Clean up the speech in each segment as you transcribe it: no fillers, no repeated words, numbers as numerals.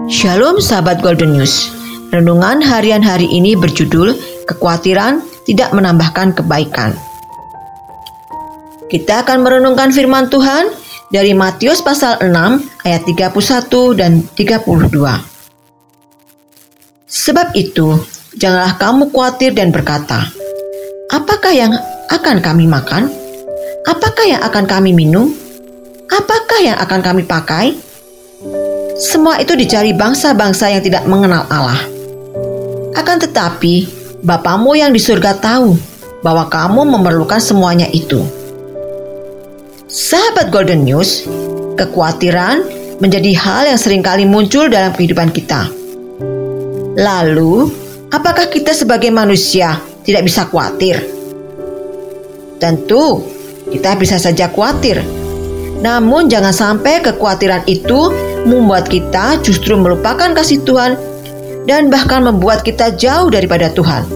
Shalom sahabat Golden News. Renungan harian hari ini berjudul Kekhawatiran tidak menambahkan kebaikan. Kita akan merenungkan firman Tuhan dari Matius pasal 6 ayat 31 dan 32. Sebab itu, janganlah kamu khawatir dan berkata, apakah yang akan kami makan? Apakah yang akan kami minum? Apakah yang akan kami pakai? Semua itu dicari bangsa-bangsa yang tidak mengenal Allah. Akan tetapi, Bapamu yang di surga tahu bahwa kamu memerlukan semuanya itu. Sahabat Golden News, kekhawatiran menjadi hal yang seringkali muncul dalam kehidupan kita. Lalu, apakah kita sebagai manusia tidak bisa khawatir? Tentu, kita bisa saja khawatir. Namun jangan sampai kekhawatiran itu membuat kita justru melupakan kasih Tuhan dan bahkan membuat kita jauh daripada Tuhan.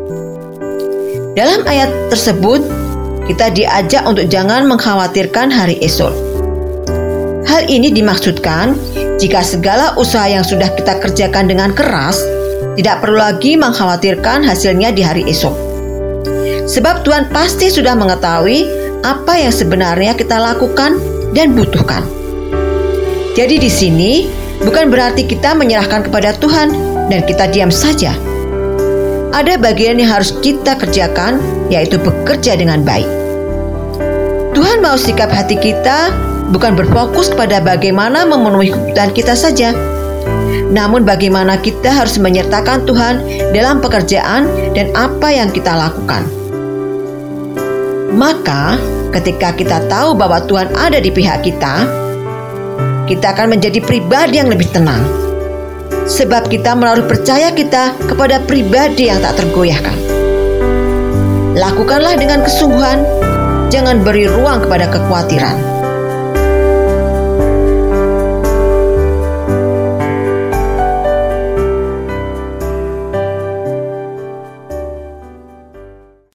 Dalam ayat tersebut, kita diajak untuk jangan mengkhawatirkan hari esok. Hal ini dimaksudkan jika segala usaha yang sudah kita kerjakan dengan keras, tidak perlu lagi mengkhawatirkan hasilnya di hari esok. Sebab Tuhan pasti sudah mengetahui apa yang sebenarnya kita lakukan dan butuhkan. Jadi di sini bukan berarti kita menyerahkan kepada Tuhan dan kita diam saja. Ada bagian yang harus kita kerjakan, yaitu bekerja dengan baik. Tuhan mau sikap hati kita bukan berfokus kepada bagaimana memenuhi kebutuhan kita saja, namun bagaimana kita harus menyertakan Tuhan dalam pekerjaan dan apa yang kita lakukan. Maka, ketika kita tahu bahwa Tuhan ada di pihak kita akan menjadi pribadi yang lebih tenang. Sebab kita menaruh percaya kita kepada pribadi yang tak tergoyahkan. Lakukanlah dengan kesungguhan, jangan beri ruang kepada kekhawatiran.